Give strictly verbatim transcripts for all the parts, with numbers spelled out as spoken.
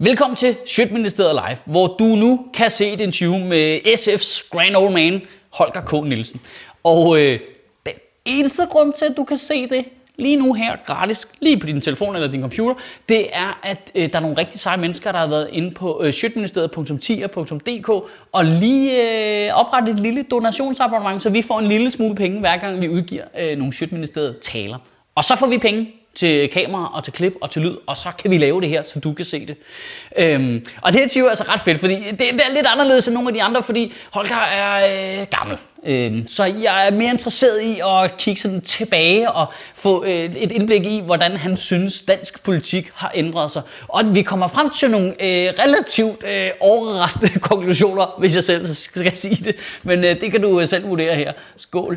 Velkommen til Sjøtministeriet Live, hvor du nu kan se et interview med S F's grand old man, Holger K. Nielsen. Og øh, den eneste grund til, at du kan se det lige nu her gratis, lige på din telefon eller din computer, det er, at øh, der er nogle rigtig seje mennesker, der har været inde på øh, sjøtministeriet punktum tier punktum d k og lige øh, oprettet et lille donationsabonnement, så vi får en lille smule penge, hver gang vi udgiver øh, nogle Sjøtministeriet taler. Og så får vi penge til kamera og til klip og til lyd, og så kan vi lave det her, så du kan se det. Øhm, og det her interview er altså ret fedt, fordi det, det er lidt anderledes end nogle af de andre, fordi Holger er øh, gammel. Øhm, så jeg er mere interesseret i at kigge sådan tilbage og få øh, et indblik i, hvordan han synes, dansk politik har ændret sig. Og vi kommer frem til nogle øh, relativt øh, overraskende konklusioner, hvis jeg selv skal sige det. Men øh, det kan du selv vurdere her. Skål.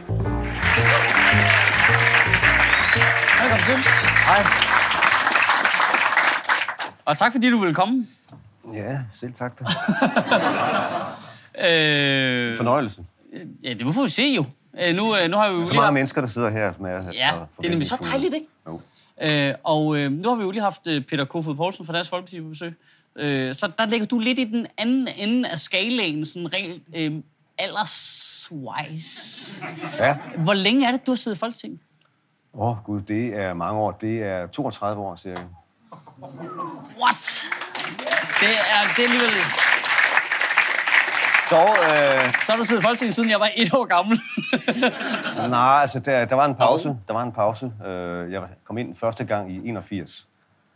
Velkommen til. Hej. Og tak fordi du ville komme. Ja, selv tak da. øh, Fornøjelse. Ja, det må vi se jo. Øh, nu, nu har vi jo så mange mennesker, der sidder her med. Ja, det er nemlig så dejligt, ikke? Jo. Øh, og øh, nu har vi jo lige haft Peter Kofod Poulsen fra Dansk Folkeparti på besøg. Øh, så der ligger du lidt i den anden ende af skalaen, sådan rent øh, alders-wise. Ja. Hvor længe er det, du har siddet i Folketinget? Åh, oh, gud, det er mange år. Det er toogtredive år, cirka. What? Det er, det er alligevel... Så, øh... så har du siddet i Folketinget, siden jeg var et år gammel. Nej, altså, der, der var en pause. Der var en pause. Jeg kom ind første gang i enogfirs.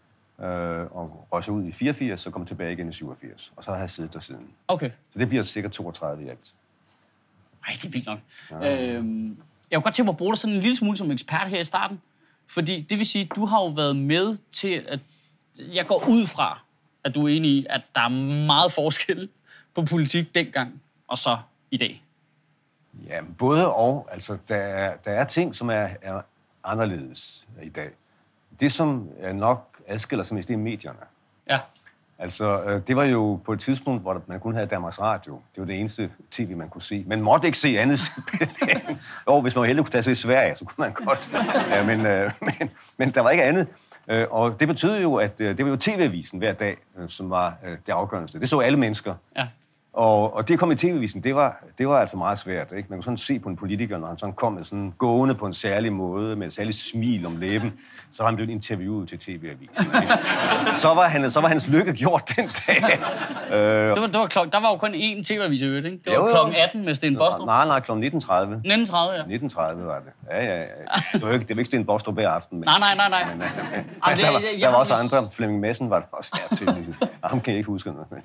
Og røg så ud i fireogfirs, så kom jeg tilbage igen i syvogfirs. Og så har jeg siddet der siden. Okay. Så det bliver sikkert toogtredive i alt. Ej, det er vildt nok. Ja. Øhm, jeg kunne godt tænke mig at bruge dig sådan en lille smule som ekspert her i starten. Fordi det vil sige, at du har jo været med til, at jeg går ud fra, at du er enig i, at der er meget forskel på politik dengang og så i dag. Ja, både og. Altså, der er, der er ting, som er, er anderledes i dag. Det, som er nok adskiller sig mest, det er medierne. Ja. Altså, det var jo på et tidspunkt, hvor man kun havde Danmarks Radio. Det var det eneste tv, man kunne se. Man måtte ikke se andet. Jo, hvis man var heldig kunne tage sig i Sverige, så kunne man godt. Ja, men, men, men der var ikke andet. Og det betød jo, at det var jo T V-avisen hver dag, som var det afgørende. Det så alle mennesker. Ja. Og, og det at komme i T V-avisen, det var, det var altså meget svært. Ikke? Man kunne sådan se på en politiker, når han sådan kom med sådan gående på en særlig måde, med et særligt smil om læben, så var han blevet interviewet til T V-avisen. så, var han, så var hans lykke gjort den dag. øh, det var, det var klok, der var jo kun én T V-avis, ikke? Det var jo, klokken atten med Sten Bostrup. Nej, nej, klokken nitten tredive. nitten tredive, ja. nitten tredive var det. Ja, ja, ja. Det var ikke, det var ikke Sten Bostrup hver aften. Men, nej, nej, nej, nej. Men, men, men, men der var, der var også andre. Flemming Madsen var der også her til. Ham kan jeg ikke huske noget.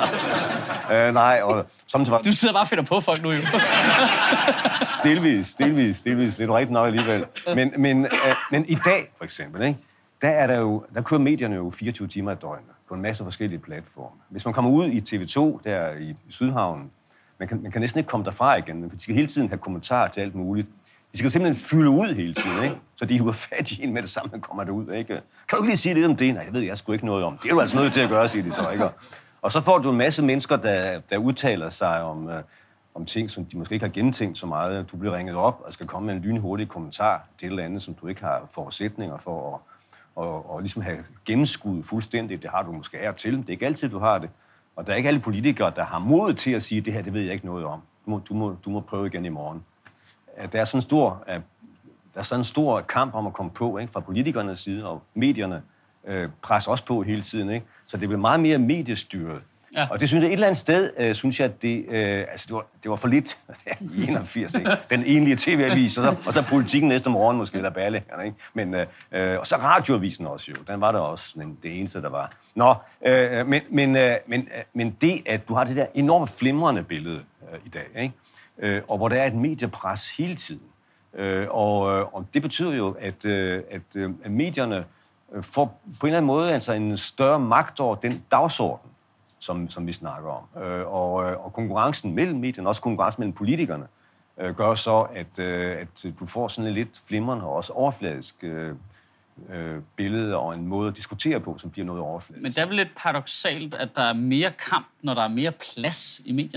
øh, nej, og var... Du sidder bare og finder på folk nu, jo. delvis, delvis, delvis. Det er jo rigtigt nok alligevel. Men, men, øh, men i dag, for eksempel, ikke, der, er der, jo, der kører medierne jo fireogtyve timer i døgnet på en masse forskellige platforme. Hvis man kommer ud i T V to, der i Sydhavnen, man kan, man kan næsten ikke komme derfra igen, for de skal hele tiden have kommentarer til alt muligt. De skal simpelthen fylde ud hele tiden, ikke? Så de hiver fat i en med det samme, man kommer derud, ikke? Kan du ikke lige sige lidt om det? Nej, jeg ved, jeg sgu ikke noget om. Det er du altså nødt til at gøre, siger de så, ikke? Og så får du en masse mennesker, der, der udtaler sig om, øh, om ting, som de måske ikke har gentænkt så meget. Du bliver ringet op og skal komme med en lynhurtig kommentar til et eller andet, som du ikke har forudsætninger for at og, og ligesom have gennemskuddet fuldstændigt. Det har du måske af til. Det er ikke altid, du har det. Og der er ikke alle politikere, der har mod til at sige, det her, det ved jeg ikke noget om. Du må, du må, du må prøve igen i morgen. Der er sådan en stor, der er sådan en stor kamp om at komme på, ikke? Fra politikernes side, og medierne øh, presser også på hele tiden, ikke? Så det bliver meget mere mediestyret. Ja. Og det synes jeg et eller andet sted, øh, synes jeg, at det, øh, altså det, var, det var for lidt i enogfirs, ikke? Den egentlige T V-avis, og så, og så politikken næste morgen måske, eller Berlingerne, ikke? Men, øh, og så radioavisen også jo, den var der også den, det eneste, der var. Nå, øh, men, men, øh, men, øh, men det, at du har det der enormt flimrende billede øh, i dag, ikke? Øh, og hvor der er et mediepres hele tiden. Øh, og, øh, og det betyder jo, at, øh, at, øh, at medierne får på en eller anden måde altså en større magt over den dagsorden, som, som vi snakker om. Øh, og, og konkurrencen mellem medierne, også konkurrencen mellem politikerne, øh, gør så, at, øh, at du får sådan en lidt flimrende og også overfladisk øh, øh, billede og en måde at diskutere på, som bliver noget overfladisk. Men det er vel lidt paradoksalt, at der er mere kamp, når der er mere plads i medierne?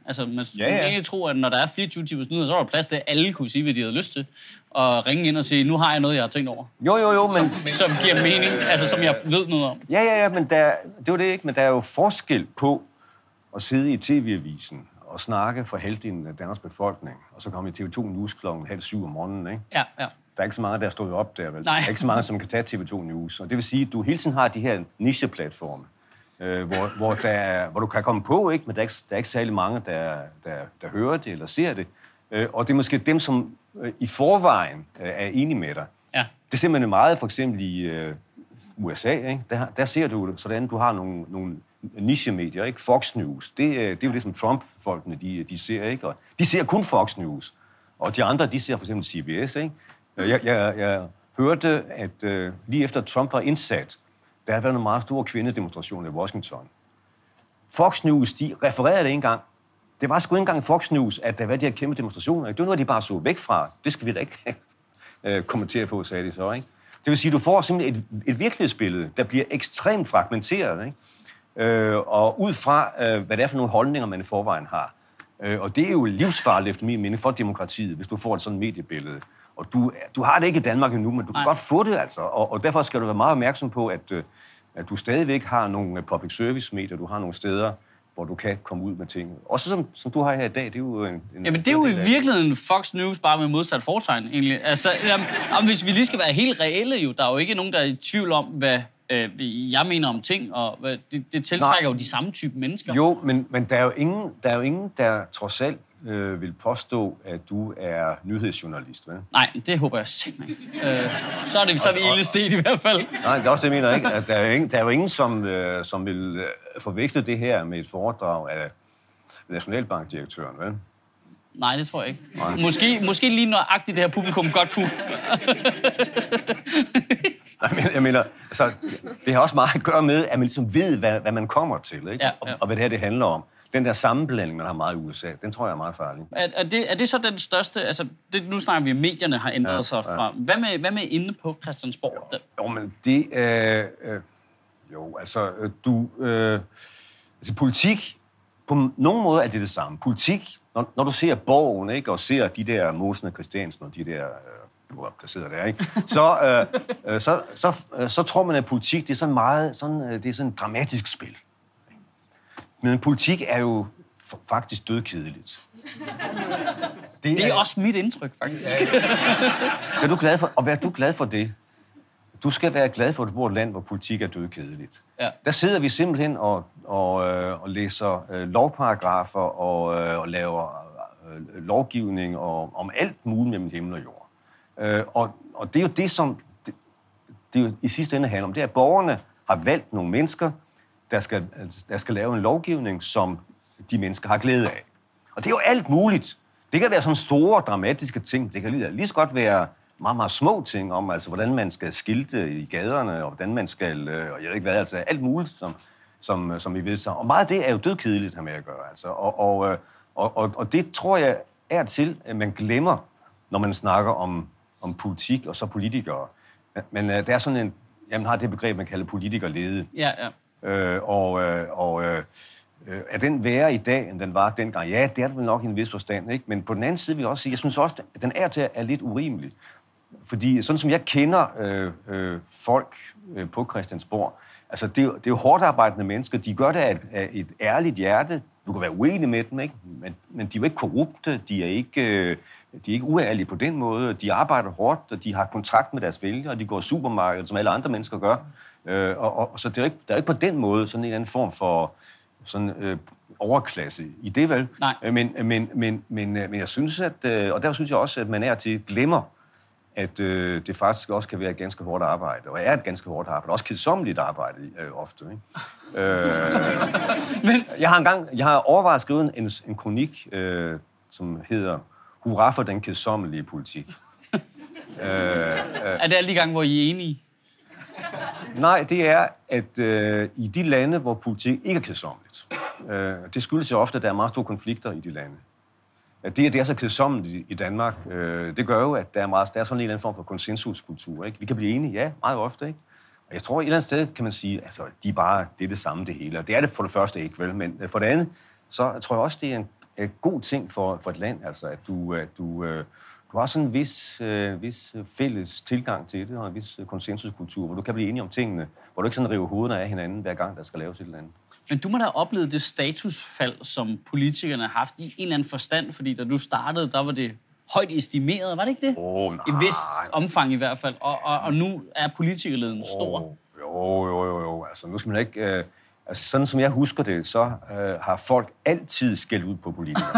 Altså, man ja, ja. skulle egentlig tro, at når der er fireogtyve timers nyheder, så er der plads til, at alle kunne sige, hvad de havde lyst til. Og ringe ind og sige, nu har jeg noget, jeg har tænkt over. Jo, jo, jo, men... Som, som giver mening, altså som jeg ved noget om. Ja, ja, ja, men der, det var det ikke, men der er jo forskel på at sidde i T V-avisen og snakke for halvdelen af Danmarks befolkning, og så komme i T V to News klokken halv syv om morgenen, ikke? Ja, ja. Der er ikke så mange, der er stået op der, vel? Nej. Der er ikke så mange, som kan tage T V to News. Og det vil sige, at du hele tiden har de her niche-platforme, øh, hvor, hvor, der, hvor du kan komme på, ikke? Men der er ikke, der er ikke særlig mange, der, der, der hører det eller ser det. Øh, og det er måske dem, som øh, i forvejen øh, er enige med dig. Ja. Det er simpelthen meget, for eksempel i øh, U S A, ikke? Der, der ser du sådan, du har nogle, nogle niche-medier, ikke? Fox News. Det, øh, det er jo det, som Trump-folkene de, de ser, ikke? Og de ser kun Fox News. Og de andre, de ser for eksempel C B S, ikke? Jeg, jeg, jeg hørte, at øh, lige efter Trump var indsat, der havde været nogle meget store kvindedemonstrationer i Washington. Fox News, de refererede det ikke engang. Det var sgu ikke engang Fox News, at der var de her kæmpe demonstrationer. Det var noget, de bare så væk fra. Det skal vi da ikke øh, kommentere på, sagde de så, ikke? Det vil sige, at du får simpelthen et, et virkelighedsbillede, der bliver ekstremt fragmenteret, ikke? Øh, og ud fra, øh, hvad det er for nogle holdninger, man i forvejen har. Øh, og det er jo livsfarligt, efter min mening, for demokratiet, hvis du får et sådan mediebillede. Og du, du har det ikke i Danmark endnu, men du kan Nej. godt få det, altså. Og, og derfor skal du være meget opmærksom på, at, at du stadigvæk har nogle public service medier, du har nogle steder, hvor du kan komme ud med ting. Også som, som du har her i dag, det er jo en... en Jamen, det er jo i virkeligheden Fox News, bare med modsat fortegn, egentlig. Altså, jamen, hvis vi lige skal være helt reelle, jo, der er jo ikke nogen, der er i tvivl om, hvad øh, jeg mener om ting, og hvad, det, det tiltrækker Nej. jo de samme type mennesker. Jo, men, men der, er jo ingen, der er jo ingen, der trods alt øh, vil påstå, at du er nyhedsjournalist, vel? Nej, det håber jeg simpelthen ikke. Øh, så er det, så er det ildested i hvert fald. Nej, det er også det, jeg mener, ikke? At der, er ingen, der er jo ingen, som, øh, som vil øh, forveksle det her med et foredrag af Nationalbankdirektøren, vel? Nej, det tror jeg ikke. Måske, måske lige nøjagtigt det her publikum godt kunne. Jeg mener, altså, det har også meget at gøre med, at man ligesom ved, hvad, hvad man kommer til, ikke? Ja, ja. Og, og hvad det her det handler om. Den der sammenblanding, man har meget i U S A, den tror jeg er meget farlig. Er, er, det, er det så den største... Altså, det, nu snakker vi, at medierne har ændret ja, sig fra... Ja. Hvad med, hvad med inde på Christiansborg? Jo, jo men det... Øh, øh, jo, altså, du... Øh, altså, politik... På nogle måder er det det samme. Politik, når, når du ser Borgen, ikke, og ser de der Mosen og Christiansen og de der... Øh, der sidder der, ikke? Så, øh, øh, så, så, øh, så tror man, at politik, det er sådan meget... Sådan, øh, det er sådan et dramatisk spil. Men politik er jo faktisk dødkedeligt. Det, det er også mit indtryk, faktisk. Er du glad for, og hvad er du glad for det? Du skal være glad for, at du bor i et land, hvor politik er dødkedeligt. Ja. Der sidder vi simpelthen og, og, øh, og læser øh, lovparagrafer og, øh, og laver øh, lovgivning og, om alt muligt mellem himmel og jord. Øh, og, og det er jo det, som det, det er jo i sidste ende handler om. Det er, at borgerne har valgt nogle mennesker, der skal, der skal lave en lovgivning, som de mennesker har glæde af. Og det er jo alt muligt. Det kan være sådan store, dramatiske ting. Det kan lige, lige så godt være meget, meget små ting om, altså, hvordan man skal skilte i gaderne, og hvordan man skal, og jeg ved ikke hvad, altså alt muligt, som, som, som vi ved så. Og meget af det er jo dødkedeligt, har med at gøre. Altså. Og, og, og, og, og det tror jeg er til, at man glemmer, når man snakker om, om politik og så politikere. Men uh, der er sådan en, jamen har det begreb, man kalder politikerlede. Ja, ja. Øh, og øh, og øh, er den værre i dag, end den var dengang? Ja, det er det vel nok i en vis forstand, ikke? Men på den anden side vil jeg også sige, jeg synes også, at den er til er lidt urimelig. Fordi sådan som jeg kender øh, øh, folk øh, på Christiansborg, altså det er, jo, det er jo hårdt arbejdende mennesker, de gør det af et, af et ærligt hjerte. Du kan være uenig med dem, ikke? Men, men de er jo ikke korrupte, de er ikke, øh, de er ikke uærlige på den måde, de arbejder hårdt, og de har kontrakt med deres vælgere, og de går i supermarkedet, som alle andre mennesker gør. Øh, og, og, så det er ikke, der er ikke på den måde sådan en eller anden form for sådan, øh, overklasse i det, vel? Nej. Men, men, men, men, men jeg synes, at, øh, og der synes jeg også, at man er til glemmer, at øh, det faktisk også kan være et ganske hårdt arbejde, og er et ganske hårdt arbejde, også kedsommeligt arbejde øh, ofte. Ikke? øh, men... jeg, har engang, jeg har overvejet at skrive en, en kronik, øh, som hedder Hurra for den kedsommelige politik. øh, øh, er det alle de gange, hvor I er enige? Nej, det er, at øh, i de lande, hvor politik ikke er kedsommeligt, øh, det skyldes jo ofte, at der er meget store konflikter i de lande. Det, at det er så kedsommeligt i Danmark, øh, det gør jo, at der er, meget, der er sådan en eller anden form for konsensuskultur. Ikke? Vi kan blive enige, ja, meget ofte. Ikke? Og jeg tror, et eller andet sted kan man sige, altså, de er bare, det er det samme det hele. Og det er det for det første ikke, vel? Men for det andet, så tror jeg også, det er en uh, god ting for, for et land, altså, at du, uh, du, uh, du har sådan en vis, uh, vis fælles tilgang til det, og en vis konsensuskultur, hvor du kan blive enige om tingene, hvor du ikke sådan river hovederne af hinanden, hver gang der skal laves et eller andet. Men du må da have oplevet det statusfald, som politikerne har haft i en eller anden forstand, fordi da du startede, der var det højt estimeret, var det ikke det? Åh, nej. I vist omfang i hvert fald, og, og, og nu er politikerleden stor. Oh, jo, jo, jo, jo, altså nu skal man ikke... Øh, altså sådan som jeg husker det, så øh, har folk altid skældt ud på politikere.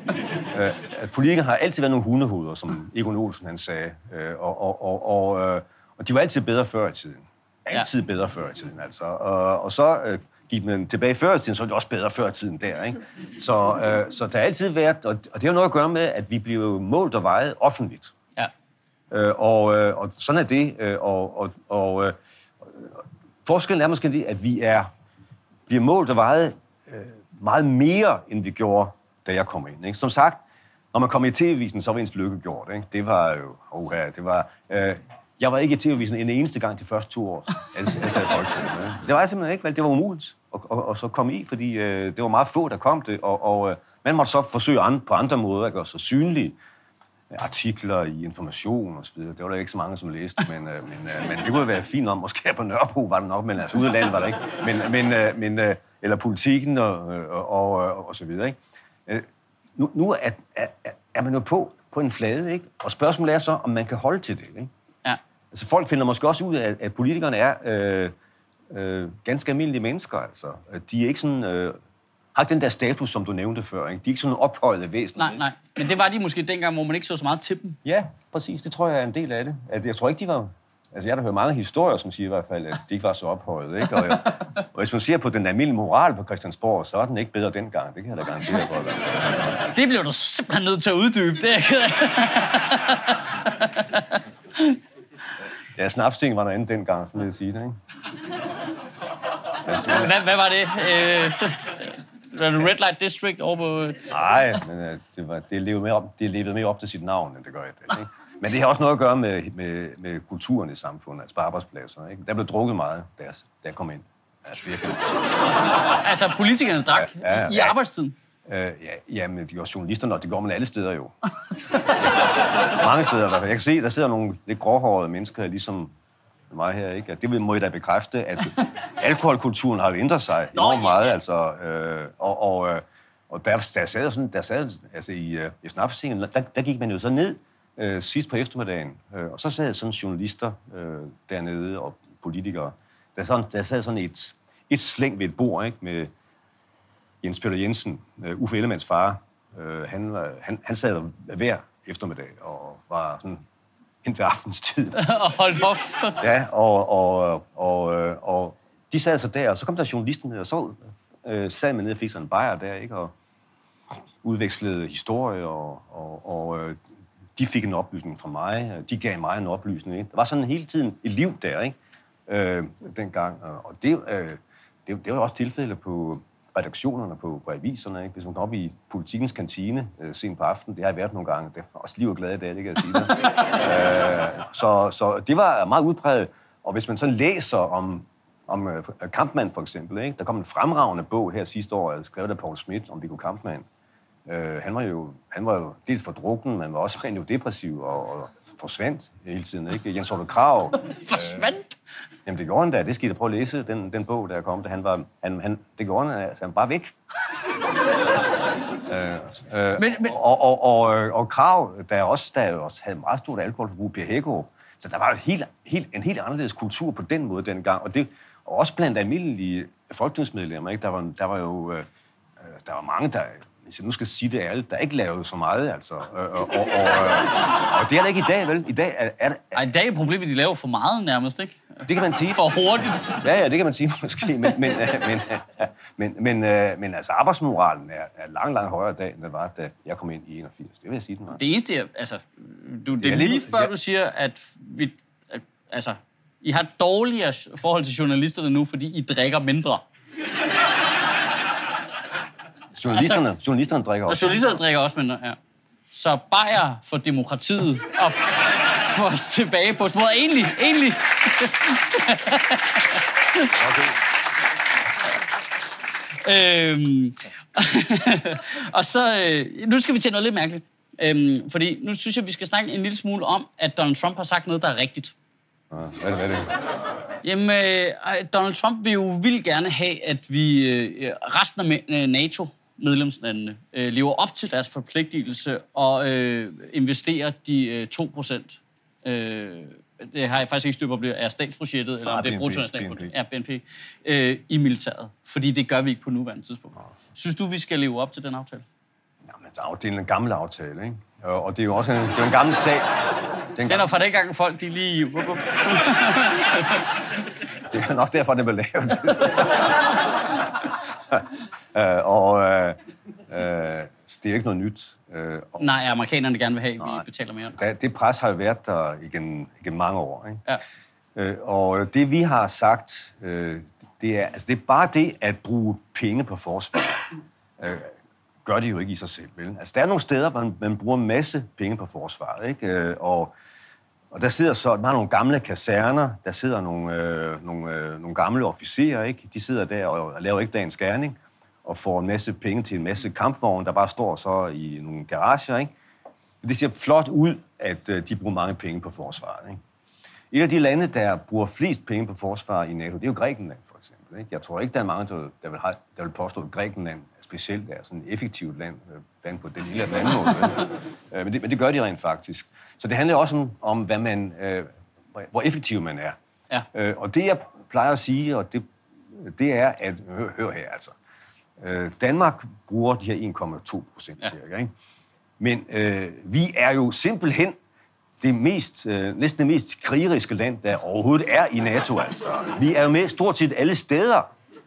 øh, politikere har altid været nogle hundehoveder, som Egon Olsen han sagde, øh, og, og, og, og, øh, og de var altid bedre før i tiden. Altid ja. bedre før i tiden, altså. Og, og så øh, gik man tilbage før i tiden, så var det også bedre før i tiden der, ikke? Så, øh, så der har altid været, og, og det har noget at gøre med, at vi bliver målt og vejet offentligt. Ja. Øh, og, øh, og sådan er det, øh, og, og, og øh, forskellen er måske det, at vi er, bliver målt og vejet øh, meget mere, end vi gjorde, da jeg kom ind, ikke? Som sagt, når man kom i T V-avisen, så var ens lykke gjort, ikke? Det var jo, oh, ja, det var... Øh, Jeg var ikke i T V-avisen en eneste gang de første to år, jeg sad i Folketinget. Det var jeg simpelthen ikke, vel? Det var umuligt at, at, at så komme i, fordi øh, det var meget få, der kom det, og, og øh, man måtte så forsøge an, på andre måder at gøre sig synlige. Artikler i Information og så videre. Det var der ikke så mange, som læste, men, øh, men, øh, men det kunne være fint om, måske på Nørrebro var det nok, men altså ude af landet var der ikke. Men, men, øh, men, øh, eller Politikken og, og, og, og, og så videre, ikke? Øh, nu nu er, er, er man jo på, på en flade, ikke? Og spørgsmålet er så, om man kan holde til det, ikke? Altså, folk finder måske også ud af, at politikerne er øh, øh, ganske almindelige mennesker, altså. De er ikke sådan... Øh, har ikke den der status, som du nævnte før, ikke? De er ikke sådan ophøjede væsener. Nej, nej. Men det var de måske dengang, hvor man ikke så så meget til dem. Ja, præcis. Det tror jeg er en del af det. At jeg tror ikke, de var... Altså, jeg har da hørt mange historier, som siger i hvert fald, at de ikke var så ophøjede, ikke? Og, og hvis man ser på den almindelige moral på Christiansborg, så er den ikke bedre dengang. Det kan jeg da garantere for. Det bliver du simpelthen nødt til at uddybe. Det er jeg ked af. Ja, snapsting var noget andet dengang, så vil jeg sige det, ikke? Altså, hvad, hvad var det? Øh, var det Red Light District over på... Nej, men uh, det, var, det, levede mere op, det levede mere op til sit navn, end det gør i dag, ikke? Men det har også noget at gøre med, med, med kulturen i samfundet, altså på arbejdspladser, ikke? Der blev drukket meget, da jeg, da jeg kom ind. Altså, virkelig. Altså, politikerne drak ja, ja, i ja. arbejdstiden? Øh, ja, ja, men de var journalister, når de går man alle steder jo. Mange steder i hvert fald. Jeg kan se, der sidder nogle lidt gråhårede mennesker, ligesom mig her, ikke? Det må jeg da bekræfte, at alkoholkulturen har ændret sig enormt meget, altså. Øh, og, og, og der, der sad sådan, der sad, altså i, i snapstingen, der, der gik man jo så ned øh, sidst på eftermiddagen, øh, og så sad sådan journalister øh, dernede, og politikere. Der, sådan, der sad sådan et, et slæng ved et bord, ikke? Med Jens Peter Jensen, uh, Uffe Ellemanns far, uh, han, han, han sad hver eftermiddag og var sådan hen ved aftenstid. Hold op. Ja, og, og, og, og de sad så der, og så kom der journalisten, og så uh, sad man ned og fik sådan en bajer der, ikke? Og udvekslede historier, og, og, og uh, de fik en oplysning fra mig, de gav mig en oplysning, ikke? Der var sådan hele tiden et liv der, ikke? Uh, dengang, og det, uh, det, det var også tilfælde på redaktionerne på, på aviserne, ikke? Hvis man kom op i Politikens kantine øh, sent på aftenen, det har jeg været nogle gange, det var også liv og glad i dag, det kan jeg sige det. øh, så, så det var meget udpræget, og hvis man sådan læser om, om uh, Kampmann for eksempel, ikke? Der kom en fremragende bog her sidste år, skrevet af Poul Schmidt om Viggo Kampmann. Øh, han var jo han var jo dels for drukken, men var også jo depressiv og, og forsvandt hele tiden, ikke? Jens Otto Krag. Forsvandt? Øh, jamen det gjorde han da. Det skal I da prøve at læse, den, den bog, der kom. Han var, han, han, det gjorde han, altså han var bare væk. øh, øh, men, men... Og, og, og, og Krag, der også, der også havde meget stort alkoholforbrug, Per Hækkerup. Så der var jo helt, helt, en helt anderledes kultur på den måde dengang. Og, det, og også blandt almindelige folketingsmedlemmer, ikke? Der var, der var jo øh, der var mange, der... Hvis jeg nu skal sige det ærligt, der ikke lavede så meget, altså. Og, og, og, og, og det er der ikke i dag, vel? I dag er, er det... Ej, i dag er problemet, at de laver for meget nærmest, ikke? Det kan man sige. For hurtigt. Ja, ja, det kan man sige måske, men, men, men, men, men, men altså arbejdsmoralen er, er langt, langt højere i dag, end det var, da jeg kom ind i enogfirs. Det vil jeg sige, den var. Det eneste, jeg, altså, du, det er lige lidt, før, ja. Du siger, at vi, at, altså, I har dårligere forhold til journalisterne nu, fordi I drikker mindre. Journalisterne, altså, journalisterne drikker også. Og journalisterne drikker også mindre, ja. Så bajer for demokratiet og få os tilbage på sporet. Egentlig, egentlig. Okay. øhm, og så, øh, nu skal vi til noget lidt mærkeligt. Øhm, fordi nu synes jeg, vi skal snakke en lille smule om, at Donald Trump har sagt noget, der er rigtigt. Ja, hvad er det? Hvad er det? Jamen, øh, Donald Trump vil jo vildt gerne have, at vi øh, resten af NATO-medlemslandene øh, lever op til deres forpligtelse og øh, investerer de øh, to procent. Øh, det har jeg faktisk ikke styr på, om det er statsprojektet, eller om det er bruttonationalproduktet, ja, B N P, øh, i militæret. Fordi det gør vi ikke på nuværende tidspunkt. Synes du, vi skal leve op til den aftale? Jamen, det er en gammel aftale, ikke? Og det er jo også en, det er en gammel sag. Den, den er fra den gang, folk de lige... Det er nok derfor, det blev lavet. uh, og uh, uh, det er ikke noget nyt. Uh, og, Nej, amerikanerne gerne vil have, at vi nej, betaler mere. Da, det pres har jo været der igennem, igennem mange år, ikke? Ja. Uh, og det, vi har sagt, uh, det, er, altså, det er bare det at bruge penge på forsvar. Uh, gør det jo ikke i sig selv, vel? Altså, der er nogle steder, hvor man, man bruger en masse penge på forsvaret, ikke? Uh, og Og der sidder så, der er nogle gamle kaserner, der sidder nogle, øh, nogle, øh, nogle gamle officerer, ikke? De sidder der og laver ikke dagens gerning, og får en masse penge til en masse kampvogne, der bare står så i nogle garager, ikke? Det ser flot ud, at øh, de bruger mange penge på forsvaret, ikke? Et af de lande, der bruger flest penge på forsvaret i NATO, det er jo Grækenland, for eksempel, ikke? Jeg tror ikke, der er mange, der vil, have, der vil påstå, at Grækenland specielt er sådan et effektivt land, land på den ene eller den anden måde. men, det, men det gør de rent faktisk. Så det handler også om, om hvad man, øh, hvor effektiv man er. Ja. Øh, og det, jeg plejer at sige, og det, det er, at hør, hør her altså, øh, Danmark bruger de her en komma to procent ja. cirka, ikke? Men øh, vi er jo simpelthen det mest, øh, næsten det mest krigeriske land, der overhovedet er i NATO, altså. Vi er jo med stort set alle steder.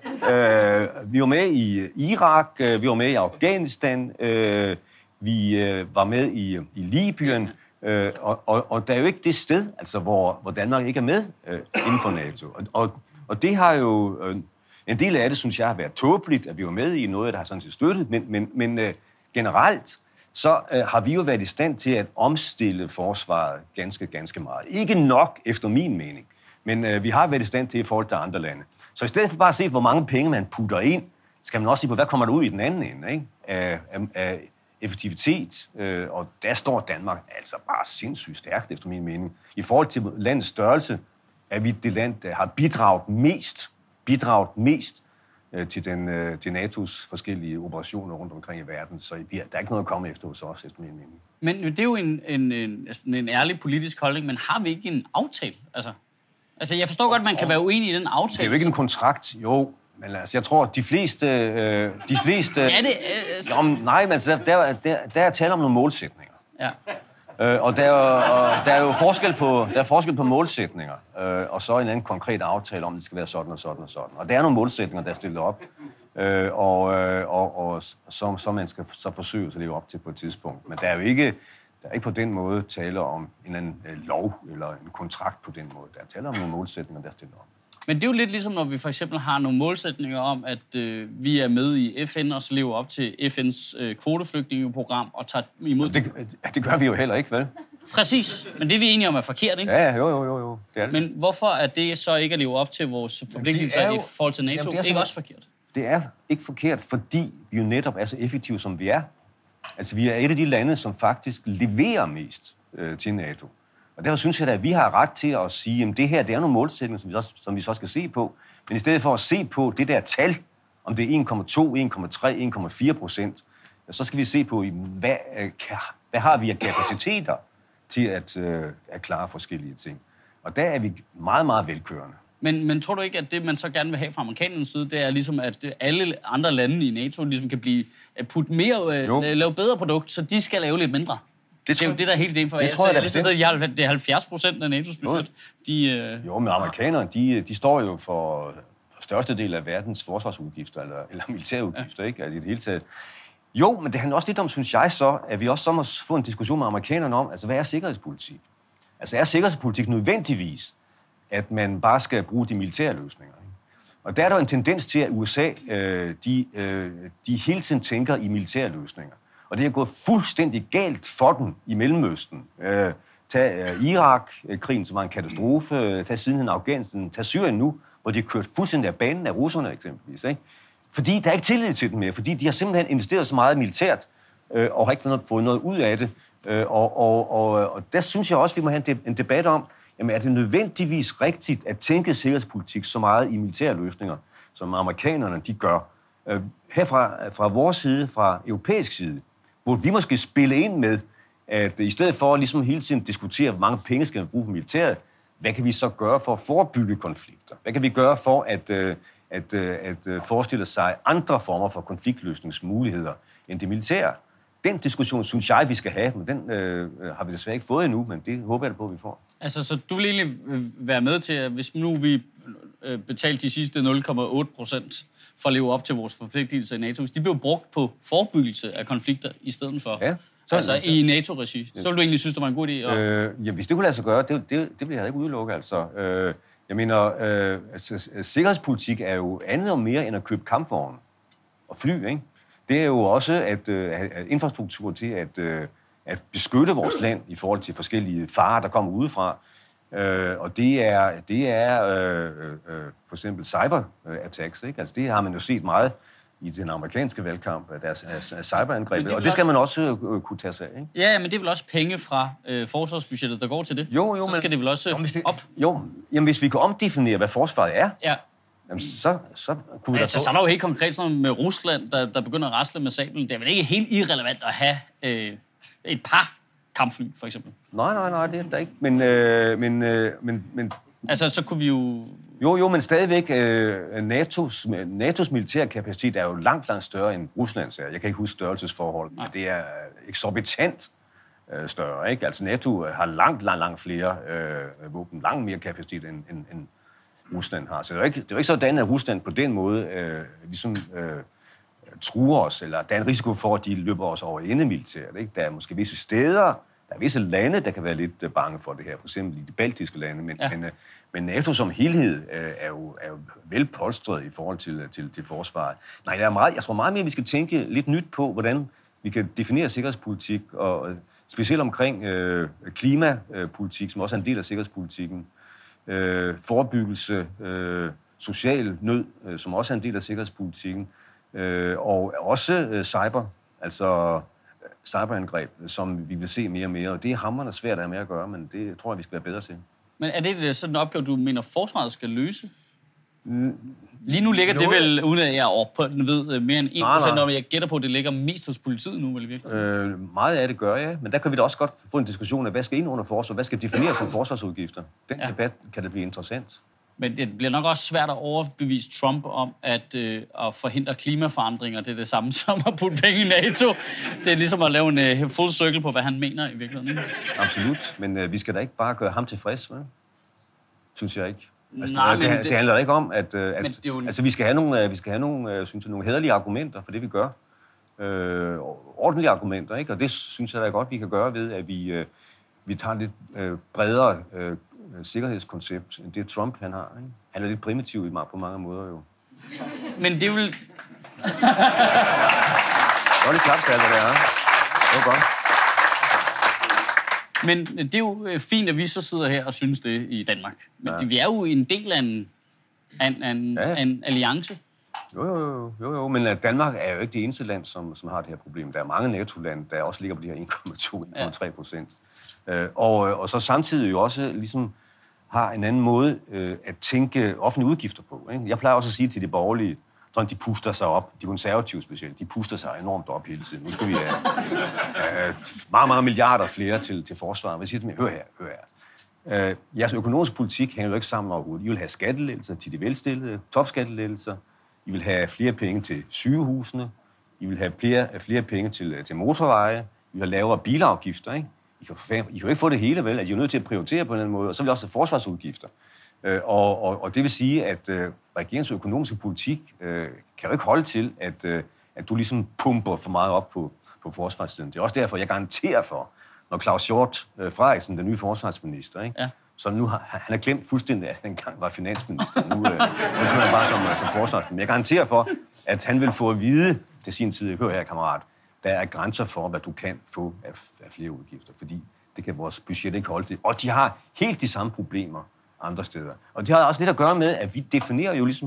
Øh, vi var med i Irak, øh, vi var med i Afghanistan, øh, vi øh, var med i, i Libyen, øh, og, og, og der er jo ikke det sted, altså, hvor, hvor Danmark ikke er med øh, inden for NATO. Og, og, og det har jo, øh, en del af det, synes jeg, har været tåbeligt, at vi var med i noget, der har sådan set støttet, men, men, men øh, generelt, så øh, har vi jo været i stand til at omstille forsvaret ganske, ganske meget. Ikke nok, efter min mening, men øh, vi har været i stand til i forhold til andre lande. Så i stedet for bare at se, hvor mange penge man putter ind, skal man også se på, hvad kommer der ud i den anden ende, ikke? Af, af, af effektivitet, øh, og der står Danmark altså bare sindssygt stærkt, efter min mening. I forhold til landets størrelse er vi det land, der har bidraget mest, bidraget mest øh, til, den, øh, til N A T O's forskellige operationer rundt omkring i verden, så der er ikke noget at komme efter hos os, efter min mening. Men det er jo en, en, en, en ærlig politisk holdning, men har vi ikke en aftale? Altså, altså jeg forstår godt, at man kan være uenig i den aftale. Det er jo ikke en kontrakt, jo. Men altså, jeg tror, at de fleste... Øh, de fleste ja, det... Øh, om, nej, men altså, der, der, der, der er tale om nogle målsætninger. Ja. Øh, og, der, og der er jo forskel på, der er forskel på målsætninger, øh, og så en eller anden konkret aftale om, at det skal være sådan og sådan og sådan. Og der er nogle målsætninger, der er stillet op, øh, og, øh, og, og som, som man skal så forsøge at leve op til på et tidspunkt. Men der er jo ikke, der er ikke på den måde tale om en eller anden øh, lov eller en kontrakt på den måde. Der er tale om nogle målsætninger, der er stillet op. Men det er jo lidt ligesom, når vi for eksempel har nogle målsætninger om, at øh, vi er med i F N og så lever op til F N's øh, kvoteflygtningeprogram og tager imod... Det, det gør vi jo heller ikke, vel? Præcis, men det er vi enige om er forkert, ikke? Ja, jo, jo, jo, jo. Det er det. Men hvorfor er det så ikke at leve op til vores forpligtelser jo... i forhold til NATO? Jamen, det er ikke også forkert? Det er ikke forkert, fordi vi jo netop er så effektive, som vi er. Altså, vi er et af de lande, som faktisk leverer mest øh, til NATO. Og derfor synes jeg da, at vi har ret til at sige, at det her, det er nogle målsætninger, som vi, også, som vi så skal se på. Men i stedet for at se på det der tal, om det er en komma to, en komma tre, en komma fire procent, så skal vi se på, hvad, hvad har vi af kapaciteter til at, at klare forskellige ting. Og der er vi meget, meget velkørende. Men, men tror du ikke, at det, man så gerne vil have fra amerikanernes side, det er ligesom, at alle andre lande i NATO ligesom kan blive putte mere, jo. lave bedre produkt, så de skal lave lidt mindre? Det, det er jo det, der er helt det for. Det jeg tror jeg, jeg, jeg, jeg, jeg, det er halvfjerds procent af NATO's budget. De, øh... Jo, men amerikanerne, de, de står jo for, for største del af verdens forsvarsudgifter, eller, eller militærudgifter, ja. Ikke? I det hele taget. Jo, men det handler også lidt om, synes jeg så, at vi også så må få en diskussion med amerikanerne om, altså hvad er sikkerhedspolitik? Altså er sikkerhedspolitik nødvendigvis, at man bare skal bruge de militære løsninger? Ikke? Og der er der en tendens til, at U S A, øh, de, øh, de hele tiden tænker i militære løsninger. Og det er gået fuldstændig galt for den i Mellemøsten. Øh, tag øh, Irak-krigen, som var en katastrofe. Tag sidenhen Afghanistan. Tag Syrien nu, hvor de har kørt fuldstændig af banen af russerne eksempelvis. Ikke? Fordi der er ikke tillid til dem mere, fordi de har simpelthen investeret så meget militært, øh, og har ikke fået noget, fået noget ud af det. Øh, og, og, og, og der synes jeg også, vi må have en, de, en debat om, jamen er det nødvendigvis rigtigt at tænke sikkerhedspolitik så meget i militære løsninger, som amerikanerne de gør. Øh, herfra fra vores side, fra europæisk side, burde vi måske spille ind med, at i stedet for ligesom hele tiden diskutere, hvor mange penge skal vi bruge på militæret, hvad kan vi så gøre for at forebygge konflikter? Hvad kan vi gøre for at, at, at, at forestille sig andre former for konfliktløsningsmuligheder end det militære? Den diskussion synes jeg, vi skal have, men den øh, har vi desværre ikke fået endnu, men det håber jeg på, at vi får. Altså, så du vil egentlig være med til, at hvis nu vi betalte de sidste nul komma otte procent for at leve op til vores forpligtelser i NATO, de blev brugt på forebyggelse af konflikter i stedet for... Ja. Så altså i NATO-regi. Så ville du egentlig synes, det var en god idé? Og... Øh, ja, hvis det kunne lade sig gøre, det, det, det vil jeg ikke udelukke, altså. Øh, jeg mener, øh, altså, sikkerhedspolitik er jo andet og mere end at købe kampvogne og fly, ikke? Det er jo også at, øh, at infrastruktur til at, øh, at beskytte vores land i forhold til forskellige farer, der kommer udefra. Øh, og det er, det er øh, øh, for eksempel cyberattacks, ikke? Altså det har man jo set meget i den amerikanske valgkamp, deres cyberangreb, og det skal man også øh, kunne tage sig af, ikke? Ja, men det er vel også penge fra øh, forsvarsbudgettet, der går til det? Jo, jo, så skal men, det vel også jo, det, op? Jo, jamen hvis vi kan omdefinere, hvad forsvaret er, ja. jamen, så, så kunne vi altså, da få... Så er der jo helt konkret sådan med Rusland, der, der begynder at rasle med sablen. Det er vel ikke helt irrelevant at have øh, et par kampfly, for eksempel? Nej, nej, nej, det er der ikke. Men, øh, men, øh, men, men... Altså, så kunne vi jo... Jo, jo, men stadigvæk, øh, NATO's, NATO's militære kapacitet er jo langt, langt større end Ruslands er. Jeg kan ikke huske størrelsesforhold, men det er eksorbitant øh, større, ikke? Altså, NATO har langt, langt, langt flere øh, våben, langt mere kapacitet, end, end, end Rusland har. Så det er jo ikke, det er jo ikke sådan, at Rusland på den måde øh, ligesom øh, truer os, eller der er en risiko for, at de løber os over ende militært, ikke? Der er måske visse steder, der er visse lande, der kan være lidt bange for det her, for eksempel i de baltiske lande, men, ja. men, men NATO som helhed øh, er, jo, er jo velpolstret i forhold til, til, til forsvaret. Nej, jeg, er meget, jeg tror meget mere, vi skal tænke lidt nyt på, hvordan vi kan definere sikkerhedspolitik, og specielt omkring øh, klimapolitik, som også er en del af sikkerhedspolitikken, øh, forebyggelse, øh, social nød, øh, som også er en del af sikkerhedspolitikken, øh, og også øh, cyber, altså cyberangreb, som vi vil se mere og mere, og det er hamrende svært at have med at gøre, men det tror jeg, vi skal være bedre til. Men er det sådan en opgave, du mener, forsvaret skal løse? Lige nu ligger Noget... det vel, uden at jeg er oppe på, ved mere end en procent, når jeg gætter på, at det ligger mest hos politiet nu, vel virkelig? Øh, meget af det gør jeg, ja. Men der kan vi da også godt få en diskussion af, hvad skal ind under forsvar, hvad skal defineres som forsvarsudgifter? Den ja. debat kan det blive interessant. Men det bliver nok også svært at overbevise Trump om, at, øh, at forhindre klimaforandringer. Det er det samme som at putte penge i NATO. Det er ligesom at lave en øh, full circle på, hvad han mener i virkeligheden. Ikke? Absolut, men øh, vi skal da ikke bare gøre ham tilfreds, vel? Synes jeg ikke. Altså, Nej, det, det, det handler ikke om, at, at jo... altså, vi skal have nogle, vi skal have nogle, synes jeg, nogle hæderlige argumenter for det, vi gør. Øh, ordentlige argumenter, ikke? Og det synes jeg da godt, vi kan gøre ved, at vi, øh, vi tager lidt øh, bredere øh, sikkerhedskoncept, end det Trump han har. Ikke? Han er lidt primitiv på mange måder, jo. Men det vil... Nå, det klapsalver, det er. Det var godt. Men det er jo fint, at vi så sidder her og synes det i Danmark. Men ja. det, vi er jo en del af en, en, en, ja. en alliance. Jo, jo, jo, jo, men Danmark er jo ikke det eneste land, som, som har det her problem. Der er mange NATO-lande, der også ligger på de her en komma to til en komma tre procent. Ja. Og, og så samtidig jo også ligesom har en anden måde øh, at tænke offentlige udgifter på. Ikke? Jeg plejer også at sige til de borgerlige, sådan de puster sig op, de konservative specielt, de puster sig enormt op hele tiden. Nu skal vi have øh, meget, meget milliarder flere til, til forsvaret. Jeg siger til dem, hør her, hør her. Øh, jeres økonomisk politik hænger jo ikke sammen overhovedet. I vil have skattelettelser til de velstillede, topskattelettelser. I vil have flere penge til sygehusene. I vil have flere, flere penge til, til motorveje. I vil have lavere bilafgifter, ikke? I kan, I kan jo ikke få det hele, vel? At I er nødt til at prioritere på en anden måde. Og så vil I også have forsvarsudgifter. Øh, og, og, og det vil sige, at øh, regeringens økonomiske politik øh, kan jo ikke holde til, at, øh, at du ligesom pumper for meget op på, på forsvarssiden. Det er også derfor, jeg garanterer for, når Claus Hjort øh, Frederiksen, den nye forsvarsminister, ikke? Ja. Så nu har han har glemt fuldstændig, at han engang var finansminister. Nu, øh, nu kører han bare som, som forsvarsminister. Men jeg garanterer for, at han vil få at vide til sin tid, hør her, kammerat, der er grænser for, hvad du kan få af, af flere udgifter, fordi det kan vores budget ikke holde til. Og de har helt de samme problemer andre steder. Og det har også lidt at gøre med, at vi definerer jo ligesom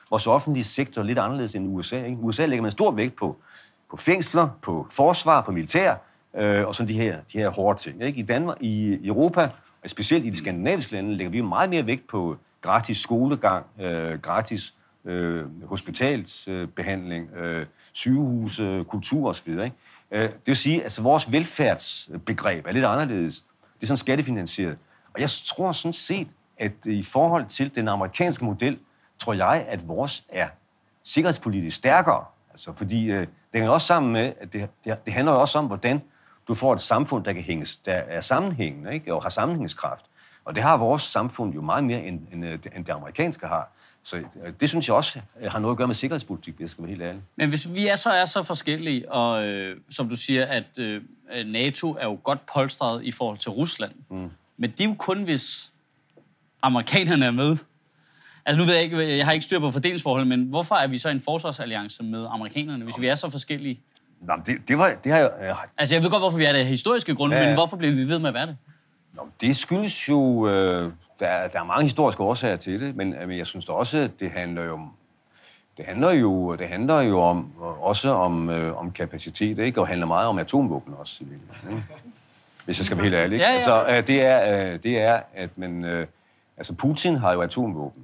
vores offentlige sektor lidt anderledes end U S A. Ikke? U S A lægger man stor vægt på, på fængsler, på forsvar, på militær, øh, og sådan de her, de her hårde ting. Ikke? I Danmark, i Europa, og specielt i de skandinaviske lande, lægger vi meget mere vægt på gratis skolegang, øh, gratis øh, hospitalsbehandling, øh, sygehuse, kultur osv. Ikke? Øh, det vil sige, at altså, vores velfærdsbegreb er lidt anderledes. Det er sådan skattefinansieret. Og jeg tror sådan set, at i forhold til den amerikanske model, tror jeg, at vores er sikkerhedspolitisk stærkere. Altså, fordi øh, det hænger også sammen med, at det, det, det handler også om, hvordan du får et samfund, der kan hænges, der er sammenhængende, ikke? Og har sammenhængskraft. Og det har vores samfund jo meget mere, end, end, end det amerikanske har. Så det synes jeg også har noget at gøre med sikkerhedspolitik, hvis jeg skal være helt ærlig. Men hvis vi er så er så forskellige, og øh, som du siger, at øh, NATO er jo godt polstret i forhold til Rusland, mm. men det er jo kun, hvis amerikanerne er med. Altså nu ved jeg ikke, jeg har ikke styr på fordelingsforholdet, men hvorfor er vi så en forsvarsalliance med amerikanerne, hvis vi er så forskellige? Nå, det, det, var, det har jo... Øh... Altså jeg ved godt, hvorfor vi er det historiske grund, ja. Men hvorfor bliver vi ved med at være det? Nå, det skyldes jo... Øh... Der, der er mange historiske årsager til det, men, men jeg synes da også, at det handler jo om, det handler jo, det handler jo om, også om, øh, om kapacitet, ikke? Og handler meget om atomvåben også, ikke? Hvis jeg skal være helt ærlig. Ja, ja. Altså, øh, det, er, øh, det er, at man, øh, altså Putin har jo atomvåben,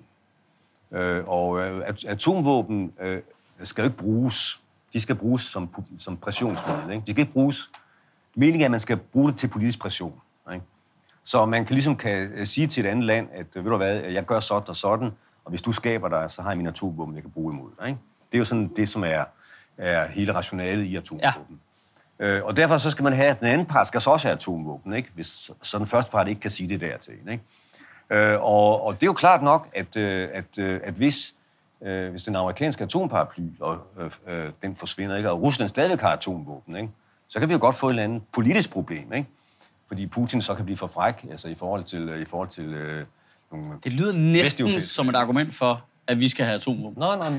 øh, og øh, atomvåben øh, skal jo ikke bruges. De skal bruges som, som pressionsmiddel, ikke? De skal ikke bruges. Meningen er, at man skal bruge det til politisk pression, ikke? Så man kan ligesom kan sige til et andet land, at ved du hvad, jeg gør sådan og sådan, og hvis du skaber dig, så har jeg min atomvåben, jeg kan bruge imod dig. Ikke? Det er jo sådan det, som er, er hele rationalet i atomvåben. Ja. Øh, og derfor så skal man have, at den anden part skal så også have atomvåben, ikke? Hvis så den første part ikke kan sige det der til en. Ikke? Øh, og, og det er jo klart nok, at, at, at hvis, øh, hvis den amerikanske atomparaply, og øh, den forsvinder, ikke? Og Rusland stadigvæk har atomvåben, ikke? Så kan vi jo godt få et eller andet politisk problem, ikke? Fordi Putin så kan blive for fræk, altså i forhold til... I forhold til øh, nogle det lyder næsten som et argument for, at vi skal have atomvåben. Nej, nej,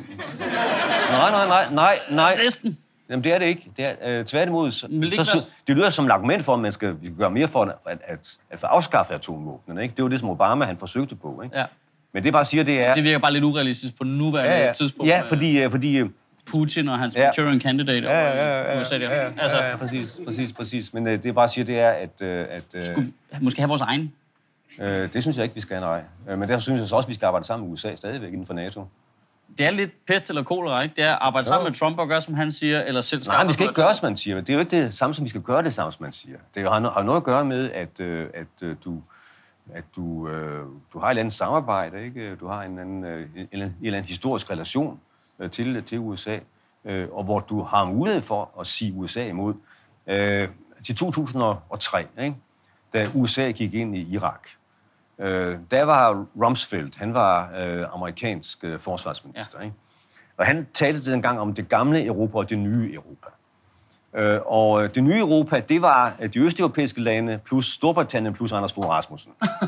nej, nej, nej, nej, nej. Næsten. Jamen, det er det ikke. Det er øh, tværtimod. Så, det, så, det lyder som et argument for, at man skal, vi skal gøre mere for at, at, at få afskaffet atomvåbnene, ikke? Det var det, som Obama han forsøgte på, ikke? Ja. Men det bare siger, det er... Det virker bare lidt urealistisk på nuværende ja, ja. tidspunkt. Ja, fordi... fordi Putin og hans Manchurian ja. Candidate ja, ja, ja, ja, i U S A. Ja, ja, altså, ja, ja, præcis, præcis, præcis. Men øh, det bare siger, det er, at... Øh, at øh, skulle vi måske have vores egen? Øh, det synes jeg ikke, vi skal, nej. Øh, men derfor synes jeg så også, at vi skal arbejde sammen med U S A stadigvæk inden for NATO. Det er lidt pest eller kolera, ikke? Det er at arbejde jo. sammen med Trump og gøre, som han siger, eller selv skaffe... Nej, vi skal ikke gøre, som man siger. Det er jo ikke det samme, som vi skal gøre det samme, som man siger. Det har, har noget at gøre med, at, øh, at øh, du... at du, øh, du har et eller andet samarbejde, ikke? Du har en eller anden, øh, en, en eller anden historisk relation øh, til, til U S A, øh, og hvor du har mulighed for at sige U S A imod. Øh, til to tusind og tre, ikke? Da U S A gik ind i Irak, øh, der var Rumsfeld, han var øh, amerikansk øh, forsvarsminister, ja. Ikke? Og han talte dengang om det gamle Europa og det nye Europa. Øh, og det nye Europa, det var de østeuropæiske lande plus Storbritannien plus Anders Fogh Rasmussen,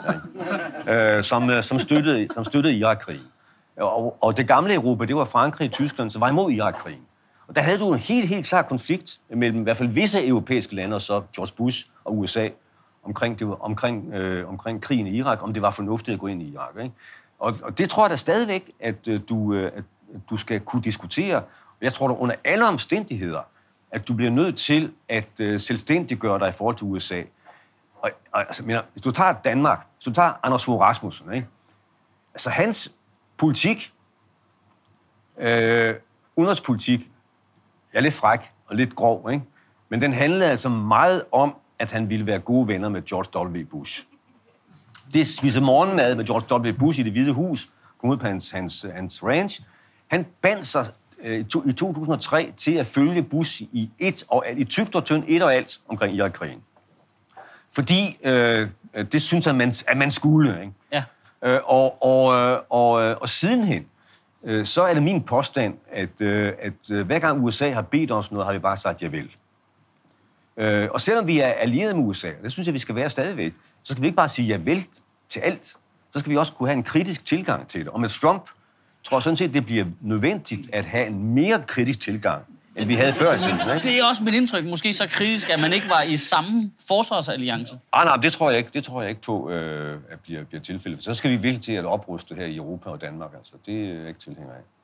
ja, øh, som, som, støttede, som støttede Irak-krigen. Og, og det gamle Europa, det var Frankrig og Tyskland, som var imod Irak-krigen. Og der havde du en helt, helt klar konflikt mellem i hvert fald visse europæiske lande og så George Bush og U S A omkring, det, omkring, øh, omkring krigen i Irak, om det var fornuftigt at gå ind i Irak. Ikke? Og, og det tror jeg da stadigvæk, at du, at du skal kunne diskutere. Jeg tror da under alle omstændigheder, at du bliver nødt til at øh, selvstændiggøre dig i forhold til U S A. Og, og altså, mener, hvis du tager Danmark, hvis du tager Anders Fogh Rasmussen, ikke? Altså hans politik, øh, udenrigspolitik, er lidt fræk og lidt grov, ikke? Men den handlede altså meget om, at han ville være gode venner med George W. Bush. Det spise morgenmad med George W. Bush i Det Hvide Hus, kom ud på hans, hans, hans ranch. Han bandt sig i to tusind og tre til at følge Bush i et og alt, i tykt og tyndt et og alt omkring Irak-krigen. Fordi øh, det synes han, man, at man skulle. Ikke? Ja. Øh, og, og, og, og sidenhen, øh, så er det min påstand, at, øh, at øh, hver gang U S A har bedt os noget, har vi bare sagt javel. Øh, og selvom vi er allieret med U S A, det synes jeg, vi skal være stadigvæk, så skal vi ikke bare sige javel til alt. Så skal vi også kunne have en kritisk tilgang til det. Og med Trump tror jeg sådan set, det bliver nødvendigt at have en mere kritisk tilgang, end vi havde før i tiden. Ikke? Det er også mit indtryk, måske så kritisk, at man ikke var i samme forsvarsalliance. Ah, nej, det tror jeg ikke. Det tror jeg ikke på, øh, at bliver, bliver tilfældet. Så skal vi virkelig til at opruste her i Europa og Danmark. Altså. Det er jeg ikke tilhænger af.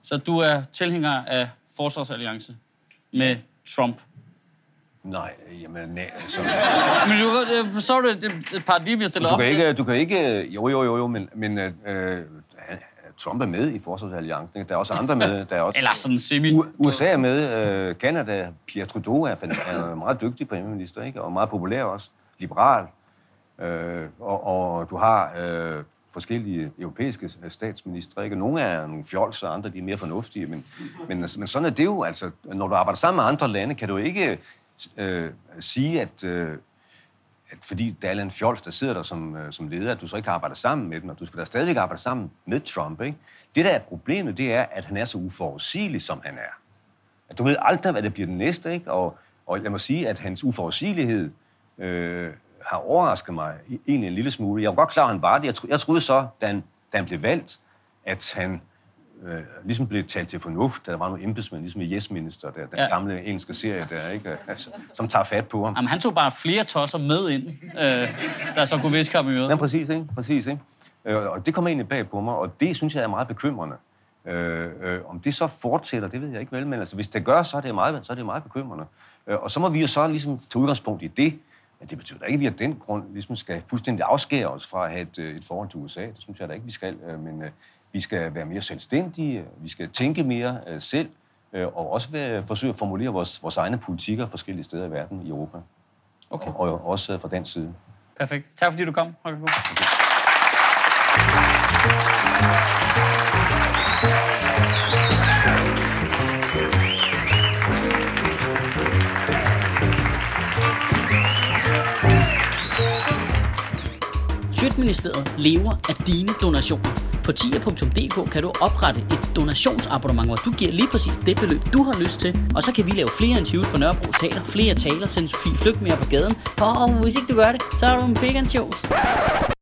Så du er tilhænger af forsvarsalliance med Trump? Nej, jamen, nej, altså... Men du forstår du, det er paradigme, jeg stiller du op? Kan ikke, du kan ikke... Jo, jo, jo, jo, men, men øh, Trump er med i forsvarsalliancen. Der er også andre med. Der er også, Eller sådan semi. U S A er med. Øh, Canada, Pierre Trudeau er, er meget dygtig premierminister, ikke? Og meget populær også. Liberal. Øh, og, og du har øh, forskellige europæiske statsministre, ikke? Nogle er nogle fjols, og andre de er mere fornuftige. Men, men, men sådan er det jo. Altså, når du arbejder sammen med andre lande, kan du ikke øh, sige, at... Øh, at fordi der er en fjols, der sidder der som, øh, som leder, at du så ikke kan arbejde sammen med dem, og du skal da stadigvæk arbejde sammen med Trump, ikke? Det, der er problemet, det er, at han er så uforudsigelig, som han er. At du ved aldrig, hvad det bliver den næste, ikke? Og, og jeg må sige, at hans uforudsigelighed øh, har overrasket mig egentlig en lille smule. Jeg var godt klar, at han var det. Jeg, tro, jeg troede så, da han, da han blev valgt, at han øh, ligesom blev talt til fornuft, da der var nogle embedsmænd, ligesom i Yes Minister, der, den ja. gamle engelske serie der, ikke? Altså, som tager fat på ham. Jamen, han tog bare flere tosser med ind, øh, der så kunne viske ham i øret. Ja, præcis, ikke? Præcis, ikke? Øh, og det kommer egentlig bag på mig, og det synes jeg er meget bekymrende. Øh, øh, om det så fortsætter, det ved jeg ikke vel, men altså, hvis det gør, så er det meget, så er det meget bekymrende. Øh, og så må vi jo så ligesom tage udgangspunkt i det. Men det betyder da ikke, at vi af den grund ligesom skal fuldstændig afskære os fra at have et, et forhold til U S A. Det synes jeg da ikke, vi skal. Øh, men øh, vi skal være mere selvstændige, vi skal tænke mere øh, selv, øh, og også være, forsøge at formulere vores, vores egne politikker forskellige steder i verden, i Europa. Okay. Og, og også øh, fra den side. Perfekt. Tak fordi du kom, Holger K. Okay. Sjøtministeriet lever af dine donationer. På tier punktum d k kan du oprette et donationsabonnement, hvor du giver lige præcis det beløb, du har lyst til. Og så kan vi lave flere interviews på Nørrebro Teater, flere taler, sende Sofie Flygt mere på gaden. Og hvis ikke du gør det, så er du en pig and shows.